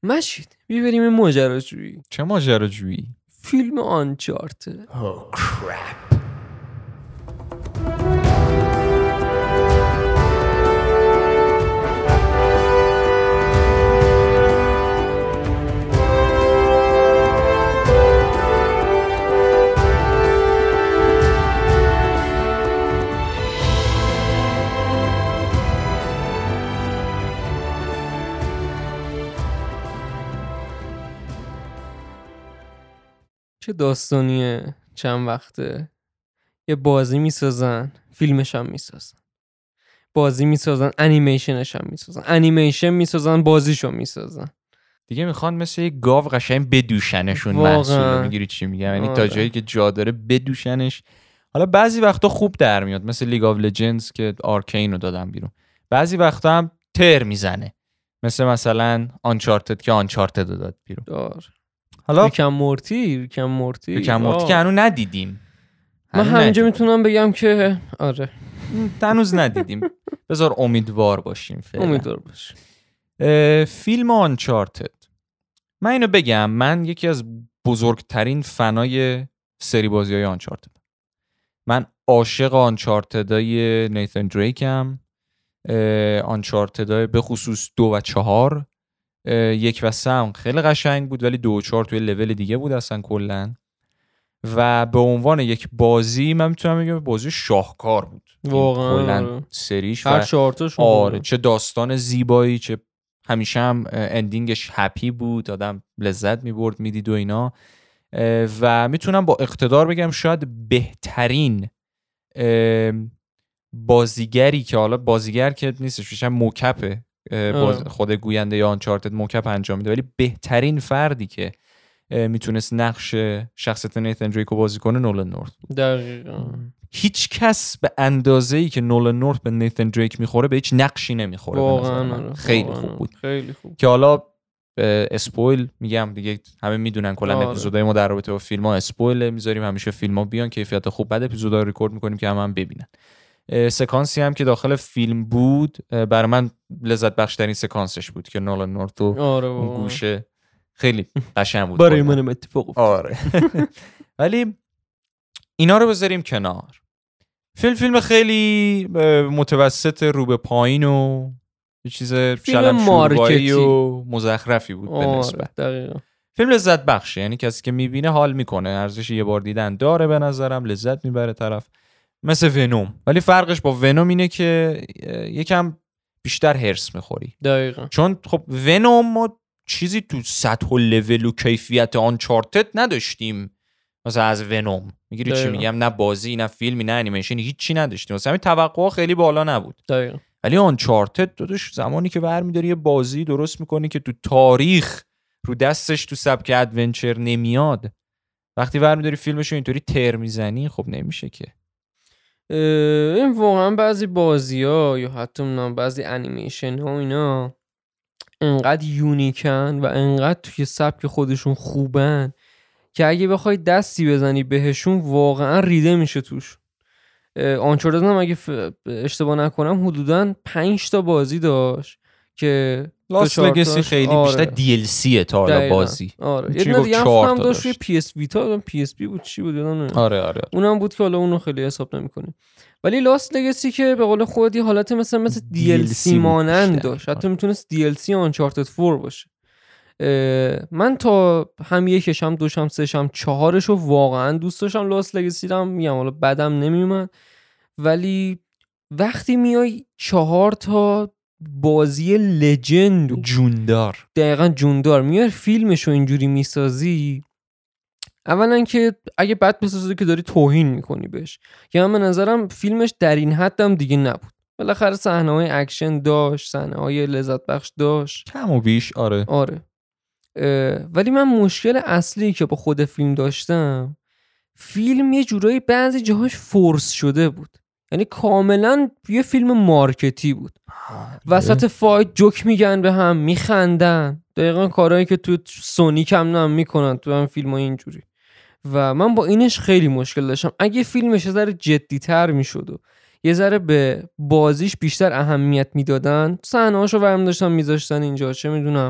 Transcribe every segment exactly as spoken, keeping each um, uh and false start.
مشید بیبریم این ماجراجویی. چه ماجراجویی؟ فیلم آنچارتد. Oh crap. چه داستانیه. چند وقته یه بازی میسازن، فیلمش هم میسازن، بازی میسازن، انیمیشنش هم میسازن، انیمیشن میسازن، بازیشو میسازن. دیگه میخوان مثل یه گاو قشنگ بدوشنشون محصول. میگیری چی میگم؟ یعنی تا جایی که جا داره بدوشنش. حالا بعضی وقتا خوب در میاد، مثل لیگ آف لجندز که آرکین رو دادن بیرون. بعضی وقتا هم تر میزنه، مثل مثلا آنچارتد که آنچارتد رو داد بیرون. دار. حالا ریکم مورتی ریکم مورتی ریکم مورتی که هنوز ندیدیم. من همینجا میتونم بگم که آره هنوز ندیدیم. بذار امیدوار باشیم فعلا. امیدوار باشیم. فیلم آنچارتد، من اینو بگم، من یکی از بزرگترین فنای سری بازی های آنچارتد. من عاشق آنچارتدای نیتن دریکم. آنچارتدای به خصوص دو و چهار، یک و سه هم خیلی قشنگ بود، ولی دو و چهار توی لول دیگه بود اصلا کلن. و به عنوان یک بازی من میتونم بگم بازی شاهکار بود واقعا. کلن سریش. هر چهارتاشون آره، چه داستان زیبایی، چه همیشه هم اندینگش هپی بود، آدم لذت میبرد میدید و اینا. و میتونم با اقتدار بگم شاید بهترین بازیگری که، حالا بازیگر که نیستش، میشه موکپه، خود گوینده یا آنچارتد موکپ انجام میده، ولی بهترین فردی که میتونست نقش شخصیت نیتن دریک رو بازی کنه نولان نورت. دقیقاً. هیچ کس به اندازه‌ای که نولان نورت به نیتن دریک میخوره به هیچ نقشی نمیخوره. واقعا خیلی خوب بود. خیلی خوب. که حالا اسپویل میگم دیگه، همه میدونن کلا اپیزودای ما در رابطه با فیلم ها اسپویل میذاریم، همیشه فیلم ها بیان کیفیت خوب، بعد اپیزودا رو ریکورد میکنیم که همه هم ببینن. سکانسی هم که داخل فیلم بود برای من لذت بخش ترین سکانسش بود که نولان نورت و آره اون گوشه خیلی قشنگ بود برای منم اتفاق افتاد. آره. ولی اینا رو بذاریم کنار. فیلم فیلم خیلی متوسط رو به پایین و یه چیز شلم شوربایی و مزخرفی بود به نسبت. دقیقاً. فیلم لذت بخشه، یعنی کسی که میبینه حال میکنه، ارزش یه بار دیدن داره، به نظرم لذت میبره طرف. مثل ونوم، ولی فرقش با ونوم اینه که یکم بیشتر هرس میخوری. دقیقاً. چون خب ونوم ما چیزی تو سطح و لول و کیفیت آنچارتد نداشتیم. مثلا از ونوم میگیری چی میگم، نه بازی نه فیلمی نه انیمیشن، هیچی نداشتیم. مثلا همین توقعا خیلی بالا نبود. دقیقاً. ولی آنچارتد داداش زمانی که برمی‌داری یه بازی درست میکنی که تو تاریخ رو دستش تو سبک ادونچر نمیاد، وقتی برمی‌داری فیلمشو اینطوری تر میزنی، خب نمیشه که. این واقعا بعضی بازی‌ها یا حتی من بعضی انیمیشن ها اینا انقدر یونیکن و انقدر توی سبک خودشون خوبن که اگه بخوای دستی بزنی بهشون واقعا ریده میشه توش. آنچارتد هم اگه اشتباه نکنم حدوداً پنج تا بازی داشت که لاست لگسی خیلی آره. بیشتر دی ال سی تا حالا بازی. آره. یه دیگه هم داشت روی پی اس ویتا، پی اس بی بود چی بود یادم نمیاد. آره آره. اونم بود که حالا اونو خیلی حساب نمی‌کنیم. ولی لاست لگسی که به قول خودی حالت مثلا مثل دی ال سی مانند داشت، حتی میتونست دی ال سی آنچارتد فور باشه. من تا هم یکش هم دوش هم سهش هم چهارش رو واقعا دوست داشتم. لاست لگسی رو هم میگم حالا بدم نمیومد، ولی وقتی میای چهار تا بازی لجند و جوندار، دقیقاً جوندار میای فیلمشو اینجوری میسازی، اولا که اگه بد بسازی که داری توهین میکنی بهش. یا من به نظرم فیلمش در این حد هم دیگه نبود. بالاخره صحنه‌های اکشن داشت، صحنه‌های لذت بخش داشت، کم و بیش. آره آره. ولی من مشکل اصلی که با خود فیلم داشتم، فیلم یه جورایی بعضی جاهاش فورس شده بود. یعنی کاملا یه فیلم مارکتی بود. وسط فایت جوک میگن به هم، میخندن، دقیقا کارهایی که تو سونیک هم هم میکنن تو هم فیلم های اینجوری. و من با اینش خیلی مشکل داشتم. اگه فیلمش یه ذره جدی تر میشد و یه ذره به بازیش بیشتر اهمیت میدادن، صحنه‌هاشو ورم داشتن میذاشتن اینجا، چه میدونم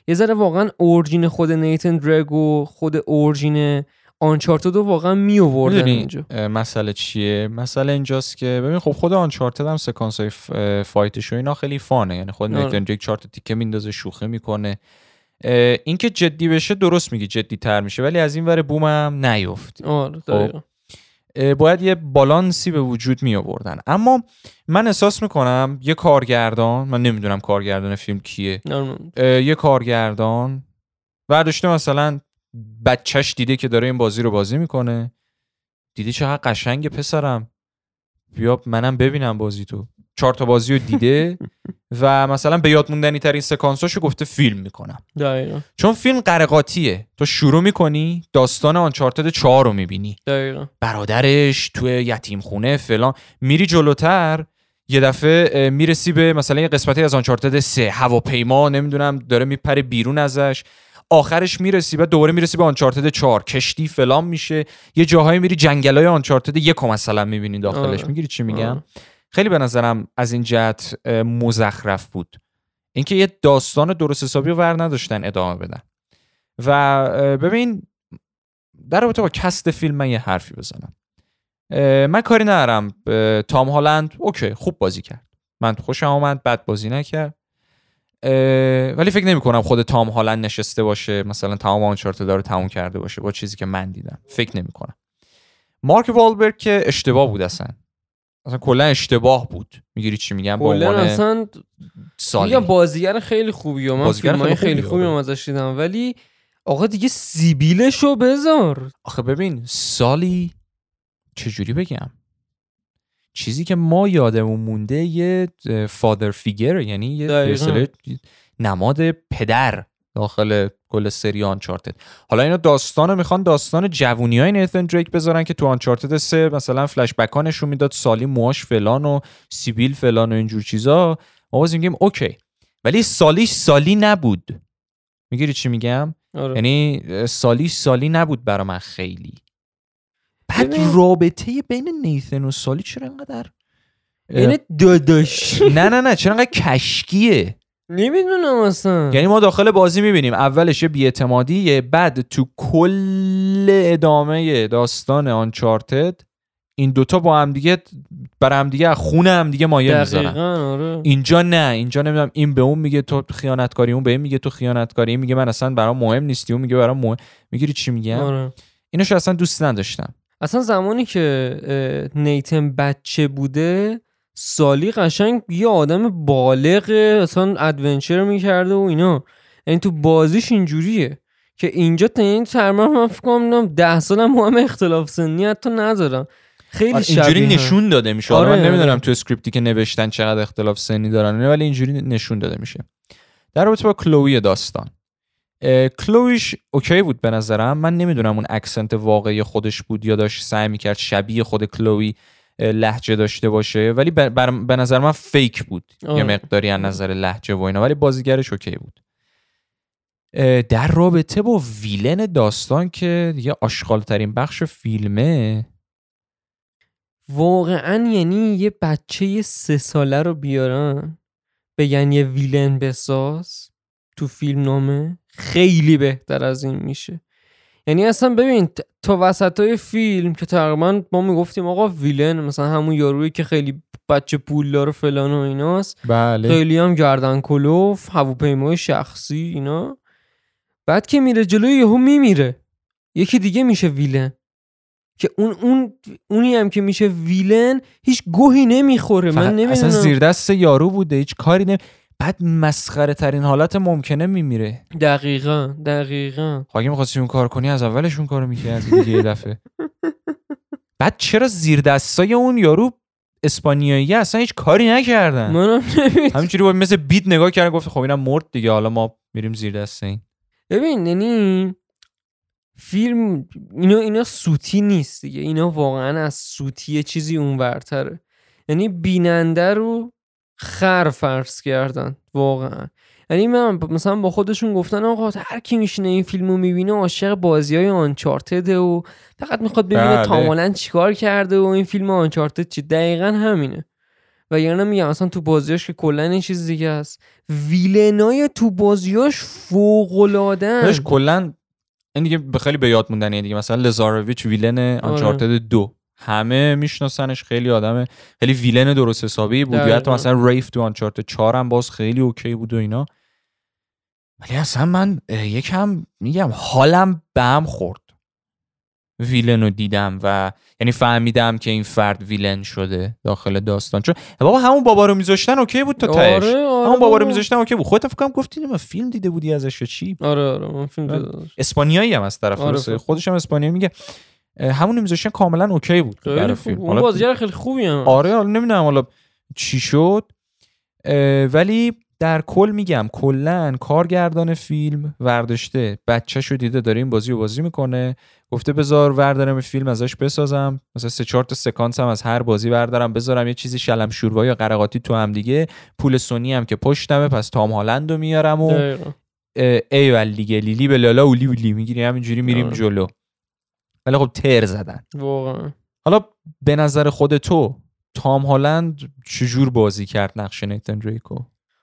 یه ذره واقعا اورجین خود نیتن درگ و خود اورجین آنچارتد رو واقعا می آوردن اینجا. مسئله چیه؟ مسئله اینجاست که ببین خب خود آنچارتد هم سکانس های فایتش و اینا خیلی فانه، یعنی خود نیتن درگ چهار تا تیکه میندازه، شوخی میکنه. این که جدی بشه درست میگی، جدی تر میشه، ولی از این ور بوم هم نیفت. آره دقیقاً. باید یه بالانسی به وجود می آوردن. اما من احساس میکنم یه کارگردان، من نمیدونم کارگردان فیلم کیه، یه کارگردان برداشته مثلا بچهش دیده که داره این بازی رو بازی میکنه، دیده چقدر قشنگه پسرم، بیا منم ببینم بازی تو. چهار تا بازی رو دیده و مثلا به یاد موندنی ترین سکانساشو گفته فیلم میکنم. دقیقاً. چون فیلم قرقاتیه، تو شروع میکنی داستان آنچارتد چهار رو میبینی، دقیقاً برادرش توی یتیم خونه فلان، میری جلوتر یه دفعه میرسی به مثلا یه قسمتی از آنچارتد سه، هواپیما نمیدونم داره میپره بیرون ازش، آخرش میرسی بعد دوباره میرسی به آنچارتد چهار، کشتی فلان میشه، یه جاهایی میری جنگلای آنچارتد یک مثلا میبینی داخلش. میگیری چی میگم؟ آه. خیلی به نظرم از این جهت مزخرف بود اینکه یه داستان درست حسابی رو ور نداشتن ادامه بدن. و ببین در رابطه با کست فیلم من یه حرفی بزنم. من کاری ندارم، تام هالند اوکی خوب بازی کرد، من خوشم اومد، بد بازی نکرد، ولی فکر نمی کنم خود تام هالند نشسته باشه مثلا تمام آنچارتد رو تموم کرده باشه با چیزی که من دیدم، فکر نمی کنم. مارک والبرگ که اشتباه بود، اصلا اصلا کلا اشتباه بود. میگیری چی میگم؟ با عنوان اصلا میگم بازیگر خیلی خوبیه، من فیلمای خیلی خوبی هم ازش دیدم، ولی آقا دیگه سیبیلشو بذار. آخه ببین سالی چجوری بگم، چیزی که ما یادمون مونده یه فادر فیگر، یعنی یه نماد پدر داخل کل سری آنچارتد. حالا اینا داستانو میخوان داستان جوونیای نیتن دریک بذارن که تو آنچارتد سه مثلا فلش بک ها نشون میداد سالی موهاش فلان و سیبیل فلان و اینجور چیزا، ما باز میگیم اوکی، ولی سالیش سالی نبود. میگیری چی میگم؟ آره. یعنی سالیش سالی نبود برای من خیلی. بعد رابطه بین نیتن و سالی چرا انقدر این داداش نه نه نه چرا انقدر کشکیه؟ نمیدونم اصلا. یعنی ما داخل بازی میبینیم اولش یه بی‌اعتمادیه، بعد تو کل ادامه داستان آنچارتد این دوتا با هم دیگه بر هم دیگه خون هم دیگه مایه میذارن. آره. اینجا نه، اینجا نمیدونم این به اون میگه تو خیانتکاری، اون به این میگه تو خیانتکاری، این میگه من اصلا برام مهم نیستی، اون میگه برام مهم. میگیری چی میگم؟ آره. اینوش اصلا دوست نداشتم. اصلا زمانی که نیتن بچه بوده سالی قشنگ یه آدم بالغ اصلا ادونچر میکرده و اینا، یعنی تو بازیش اینجوریه که اینجا تا این ترمیم من فکر کنم ده سالم هم اختلاف سنی حتی ندارم، خیلی شبیه اینجوری نشون داده میشه. آره من نمیدونم آره. تو اسکریپتی که نوشتن چقدر اختلاف سنی دارن، ولی اینجوری نشون داده میشه. در رابطه با کلوی داستان، کلویش اوکی بود به نظرم. من نمیدونم اون اکسنت واقعی خودش بود یا داشت سعی میکرد شبیه خود کلوی لهجه داشته باشه، ولی به نظر من فیک بود آه. یه مقداری از نظر لهجه و اینا، ولی بازیگرش اوکی بود. در رابطه با ویلن داستان که دیگه آشغال ترین بخش فیلمه، واقعا یعنی یه بچه سه ساله رو بیارن بگن یه ویلن بساز تو فیلم نامه، خیلی بهتر از این میشه. یعنی اصلا ببین تا وسطای فیلم که تقریبا ما میگفتیم آقا ویلن مثلا همون یارویی که خیلی بچه پولدار و فلان و ایناست، بله. خیلی هم گردن کلوف، هواپیمای شخصی اینا، بعد که میره جلوی یهو میمیره یکی دیگه میشه ویلن، که اون اون اونی هم که میشه ویلن هیچ گوهی نمیخوره. من نمیدونم اصلا زیر دست یارو بوده، هیچ کاری نمی، بعد مسخره ترین حالت ممکنه میمیره. دقیقاً دقیقاً. اگه می‌خواستی اون کار کنی از اولش اون کارو می‌کردی دیگه یه دفعه. بعد چرا زیر دستای اون یارو اسپانیایی اصلا هیچ کاری نکردن؟ منم نمیدونم. همینجوری با مثل بیت نگاه کردن گفت خب اینم مرد دیگه، حالا ما میریم زیر دست این. ببین یعنی فیلم اینا اینا سوتی نیست دیگه، اینا واقعا از سوتی چیزی اونورتره. یعنی بیننده رو خر فرض کردن واقعا. یعنی من مثلا با خودشون گفتن آقا هر کی میشینه این فیلمو میبینه عاشق بازیای آنچارتد و فقط میخواد ببینه تام هالند چیکار کرده و این فیلم آنچارتد چی. دقیقاً همینه. و یعنی میگم اصلا تو بازیاش که کلا این چیز دیگه است. ویلنای تو بازیاش فوق‌العاده‌ان. داش کلا این دیگه خیلی به یاد موندنیه دیگه. مثلا لزاروویچ ویلن آنچارتد دو همه میشناسنش، خیلی آدمه خیلی ویلن درست حسابی بود. یا حتی مثلا ریف تو آنچارتد چهار هم باز خیلی اوکی بود و اینا. ولی اصلا من یکم میگم حالم به هم خورد ویلن رو دیدم و یعنی فهمیدم که این فرد ویلن شده داخل داستان. چون بابا همون بابا رو میذاشتن اوکی بود تا تهش. آره آره همون بابا رو میذاشتن اوکی بود. خودت فکر کنم گفتی من فیلم دیده بودی ازش چی؟ آره آره من فیلم دیدم. اسپانیایی هم از طرف آره خودش هم اسپانیایی میگه. همون میذاشتن کاملا اوکی بود برای فیلم. اون بازیگر خیلی خوبی هم. آره حالا نمیدونم حالا چی شد ولی در کل میگم کلن کارگردان فیلم ورداشته بچه‌شو دیده داره این بازی رو بازی میکنه، گفته بذار وردارم فیلم ازش بسازم، مثلا سه چهار تا سکانس هم از هر بازی بردارم بذارم یه چیزی شلم شوروا یا قرقاتی تو هم دیگه، پول سونی هم که پشتمه پس تام هالند رو میارم و ای ول دیگه لیلی به لالا اولی اولی میگیری همینجوری میریم جلو. ولی خب تر زدن واقعا. حالا به نظر خود تو تام هالند چجور بازی کرد نقش نیتن دریکو؟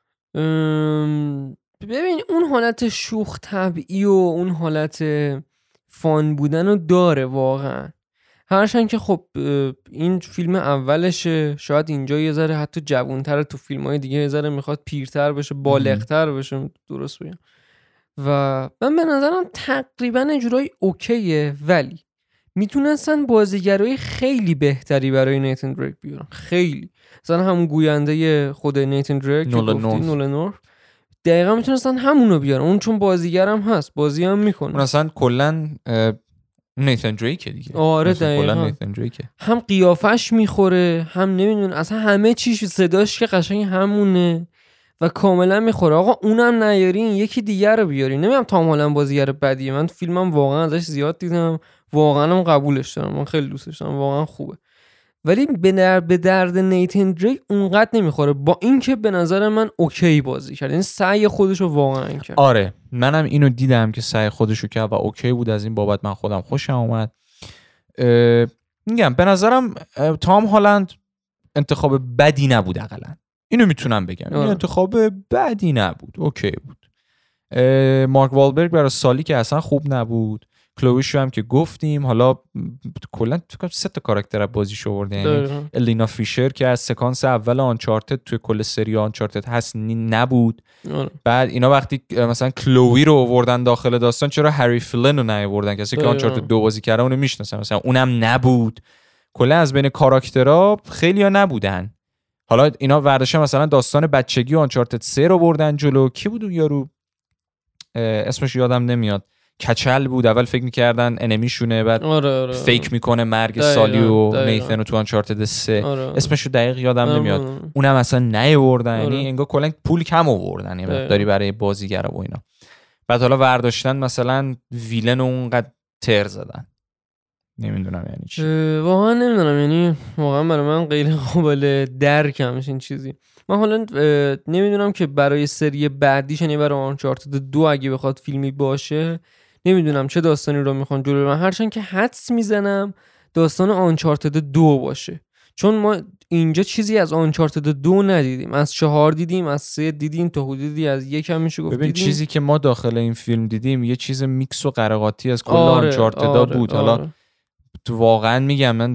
ببین اون حالت شوخ طبعی و اون حالت فان بودن رو داره واقعا، هرچند که خب این فیلم اولشه، شاید اینجا یه ذره حتی جوان‌تر، تو فیلم‌های دیگه یه ذره میخواد پیرتر بشه بالغ‌تر بشه درست بگم. و من به نظرم تقریبا اجرای اوکیه ولی میتونستن بازیگرای خیلی بهتری برای نیتن دریک بیارن. خیلی مثلا همون گوینده خود نیتن دریک که گفتی نولان نورث دقیقا میتونستن همونو بیارن، اون چون بازیگرم هست بازی هم میکنه. اون اصلا کلا نیتن دریک دیگه. آره دقیقا نیتن دریک هم قیافش میخوره هم نمیدون اصلا همه چیش صداش که قشنگ همونه و کاملا میخوره. آقا اونم نیارین یکی دیگر رو بیارین. نمیدونم تام هالند بازیگر بدیه، من فیلمم واقعا ازش زیاد دیدم، واقعا هم قبولش دارم، من خیلی دوستش دارم، واقعا خوبه. ولی به درد به درد نیتن دریک اونقدر نمیخوره، با اینکه به نظر من اوکی بازی کرد، یعنی سعی خودشو واقعا کرد. آره منم اینو دیدم که سعی خودشو کرد و اوکی بود، از این بابت من خودم خوشم اومد. میگم به نظرم تام هالند انتخاب بدی نبود، حداقل اینو میتونم بگم. این انتخاب بدی نبود، اوکی بود. مارک والبرگ برای سالی که اصلا خوب نبود، کلویشو هم که گفتیم، حالا کلا سه تا کاراکتر بازیش آورده، یعنی الینا فیشر که از سکانس اول آنچارتد توی کل سری آنچارتد هست نبود. آره. بعد اینا وقتی مثلا کلوی رو آوردن داخل داستان چرا هری فلن رو نیاوردن؟ کسی که آنچارتد دو بازی کرده اونو میشناسن، مثلا اونم نبود. کلا از بین کاراکترها خیلی‌ها نبودن. حالا اینا ورداشتن مثلا داستان بچگی آنچارتد سه رو بردن جلو. کی بود اون یارو؟ اسمش یادم نمیاد. کچل بود، اول فکر میکردن انمیشونه، بعد آره آره فیک میکنه مرگ سالی و نیتن رو تو آنچارتد سه. آره آره. اسمشو دقیق یادم آره نمیاد. آره. اونم اصلا نیاوردن، یعنی آره. انگار کلا پول کم آوردن یه مقداری برای بازیگرا و اینا. بعد حالا ورداشتن مثلا ویلن اونقدر تر زدن. نمیدونم یعنی چی. واقعا نمیدونم، یعنی واقعا برای من غیر قابل درک همین چیزی. من حالا نمیدونم که برای سری بعدیش، یعنی برای آنچارتد دو اگه بخواد فیلمی باشه، نمیدونم چه داستانی رو میخوان جلو من، هرچند که حدس میزنم داستان آنچارتد دو باشه، چون ما اینجا چیزی از آنچارتد دو ندیدیم، از چهار دیدیم، از سه دیدیم، تا حدودی از یک هم میشه گفت ببین دیدیم. چیزی که ما داخل این فیلم دیدیم یه چیز میکس و قرقاتی از کل آره، آنچارتد آره، بود. حالا آره. تو واقعا میگم من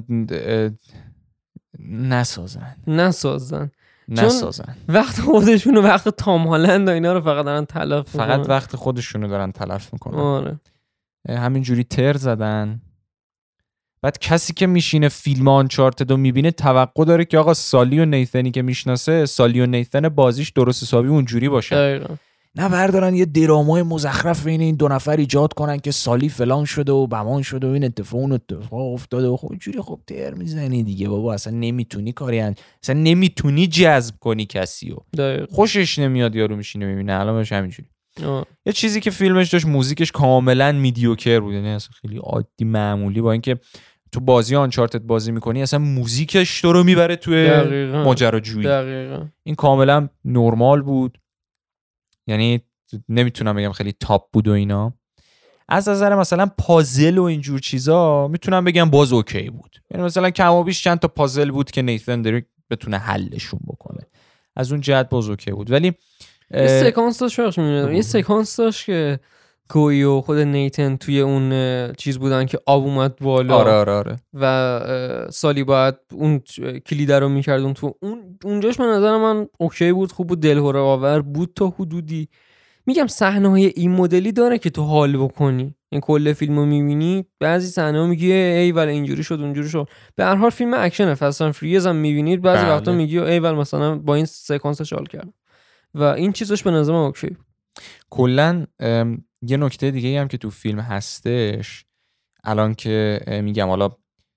نسازن نسازن نسازن وقت خودشونو، وقت تام هالند و اینا رو فقط دارن تلف فقط میکنن. وقت خودشونو دارن تلف میکنن. آره همینجوری تر زدن. بعد کسی که میشینه فیلم آنچارتد رو میبینه توقع داره که آقا سالی و نیتنی که میشناسه، سالی و نیتن بازیش درست حسابی اونجوری باشه. دقیقاً. نه بردارن یه درامای مزخرف بین این دو نفر ایجاد کنن که سالی فلان شده و بمان شده و این اتفاق اون اتفاق افتاده و خب اینجوری خب تر میزنی دیگه بابا، اصلا نمیتونی کاری ان اصلا نمیتونی جذب کنی کسیو. خوشش نمیاد یارو میشینه میبینه الانش همینجوری. یه چیزی که فیلمش داشت موزیکش کاملا میدیوکر بود، یعنی اصلا خیلی عادی معمولی، با اینکه تو بازی آنچارتد بازی میکنی اصلا موزیکش تو رو میبره توی ماجراجویی. این کاملا نرمال بود، یعنی نمیتونم بگم خیلی تاپ بود و اینا. از نظر مثلا پازل و اینجور چیزا میتونم بگم باز اوکی بود، یعنی مثلا کم و بیش چند تا پازل بود که نیتن دریک بتونه حلشون بکنه. از اون جهت باز اوکی بود. ولی یه سکانس داشت فرقش می‌بینه یه سکانس داشت که کوی و خود نیتن توی اون چیز بودن که آب اومد بالا. آره آره آره. و سالی باید اون کلید رو می‌کردون تو اون اونجاش. من نظر من اوکی بود، خوب بود، دلهره آور بود تا حدودی. میگم صحنه‌های این مدلی داره که تو حال بکنی. این کل فیلمو می‌بینی بعضی صحنه‌ها میگی ای ول اینجوری شد اونجوری شد. به هر حال فیلم اکشن فست اند فریز هم می‌بینید بعضی بله. وقتا میگی ای ول مثلا با این سکانسش حال کردم و این چیزش به نظر من اوکی. کلا یه نکته دیگه هم که تو فیلم هستش الان که میگم حالا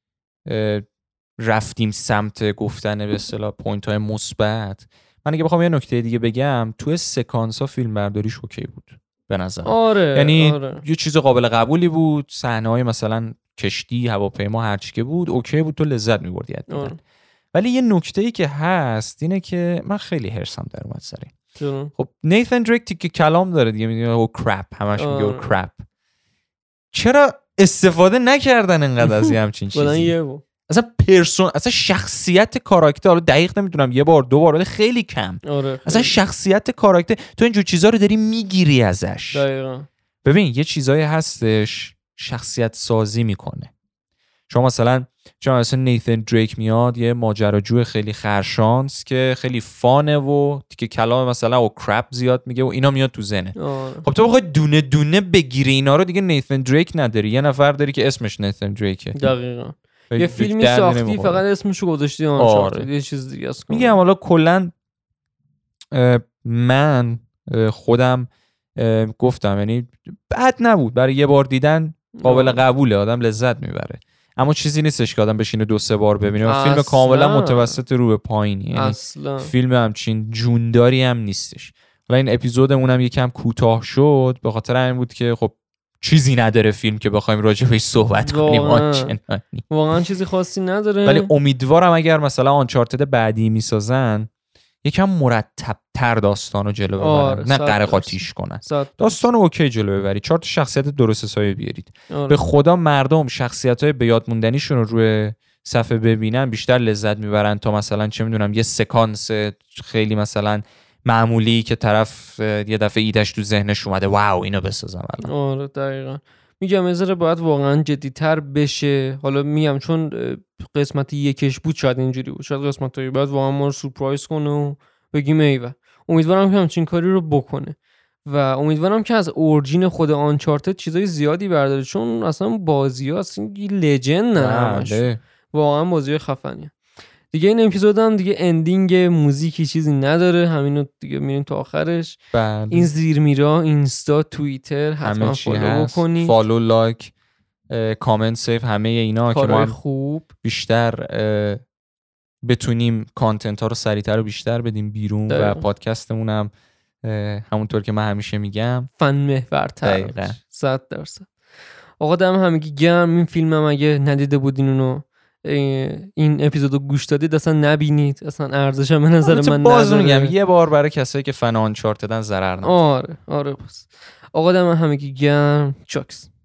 رفتیم سمت گفتن به اصطلاح پوینت‌های مثبت، من اگه بخوام یه نکته دیگه بگم تو سکانس‌ها فیلم برداریش اوکی بود به نظر. آره یعنی آره. یه چیز قابل قبولی بود، صحنه‌های مثلا کشتی، هواپیما، هر چی که بود اوکی بود، تو لذت می‌بردی از دیدن. ولی یه نکته‌ای که هست اینه که من خیلی هرسم در اومد سر این. خب نیتن دریک تیکه کلام داره دیگه، میگه او کرپ، همش میگه او کرپ. چرا استفاده نکردن انقدر از یه همچین چیزی؟ اصلا پرسون اصلا شخصیت کاراکتر، حالا دقیق نمیدونم یه بار دو بار ولی خیلی کم. آره اصلا شخصیت کاراکتر تو اینجور چیزا رو داری میگیری ازش. دقیقاً. ببین یه چیزایی هستش شخصیت سازی میکنه. شما مثلا چون مثلا نیتن دریک میاد یه ماجراجو خیلی خرشانس که خیلی فانه و تیکه کلام مثلا او کرپ زیاد میگه و اینا میاد تو ذهنه. خب تو بخوای دونه دونه بگیری اینا رو دیگه نیتن دریک نداری، یه نفر داری که اسمش نیتن دریکه. دقیقاً. یه فیلمی ساختی فقط اسمشو گذاشتی آنچارتد، یه چیز دیگه است. میگم حالا کلا من خودم گفتم یعنی بد نبود، برای یه بار دیدن قابل قبوله، آدم لذت میبره. اما چیزی نیستش که آدم بشینه دو سه بار ببینه. فیلم کاملا متوسط رو به پایینی، یعنی اصلا. فیلم همچین جونداری هم نیستش. حالا این اپیزودمون هم یکم کوتاه شد به خاطر همین بود که خب چیزی نداره فیلم که بخوایم راجع بهش صحبت کنیم آنچنانی. واقعا چیزی خاصی نداره. ولی امیدوارم اگر مثلا آنچارتد بعدی میسازن یکم مرتب‌تر داستانو جلو ببرن، نه قره قاطیش کنن. داستانو اوکی جلو ببرید، چهار تا شخصیت درست حسابی بیارید. آره. به خدا مردم شخصیت‌های به یاد موندنیشون رو روی صفحه ببینن بیشتر لذت میبرن تا مثلا چه میدونم یه سکانس خیلی مثلا معمولی که طرف یه دفعه ایدش تو ذهنش اومده واو اینو بسازم الان. آره دقیقاً. میگم از باید واقعا جدی‌تر بشه. حالا میگم چون قسمت یکش بود شاید اینجوری بود، شاید قسمت‌های بعد واقعا ما رو سورپرایز کنه و بگیم ایول. امیدوارم که همچین کاری رو بکنه و امیدوارم که از اورجین خود آنچارتد چیزای زیادی برداره، چون اصلا بازی‌ها اصلا لژند همش. واقعا بازی خفنیه. دیگه این اپیزود هم دیگه اندینگ موزیکی چیزی نداره، همینو دیگه میریم تا آخرش. بله. این زیر میرا اینستا توییتر حتما فالو بکنید، فالو لایک کامنت سیو همه اینا که ما خوب بیشتر بتونیم کانتنت ها رو سریعتر و بیشتر بدیم بیرون دقیقا. و پادکستمون هم همونطور که من همیشه میگم فن محورتر صد درصد. آقا دم همگی گرم. این فیلم هم اگه ندیده بودین اونو این اپیزودو گوش دادید اصلا نبینید، اصلا ارزش هم به نظر من باز میگم یه بار برای کسایی که فن آنچارتدن ضرر نداره. آره آره. بس آقا دم همگی گرم. چاکس.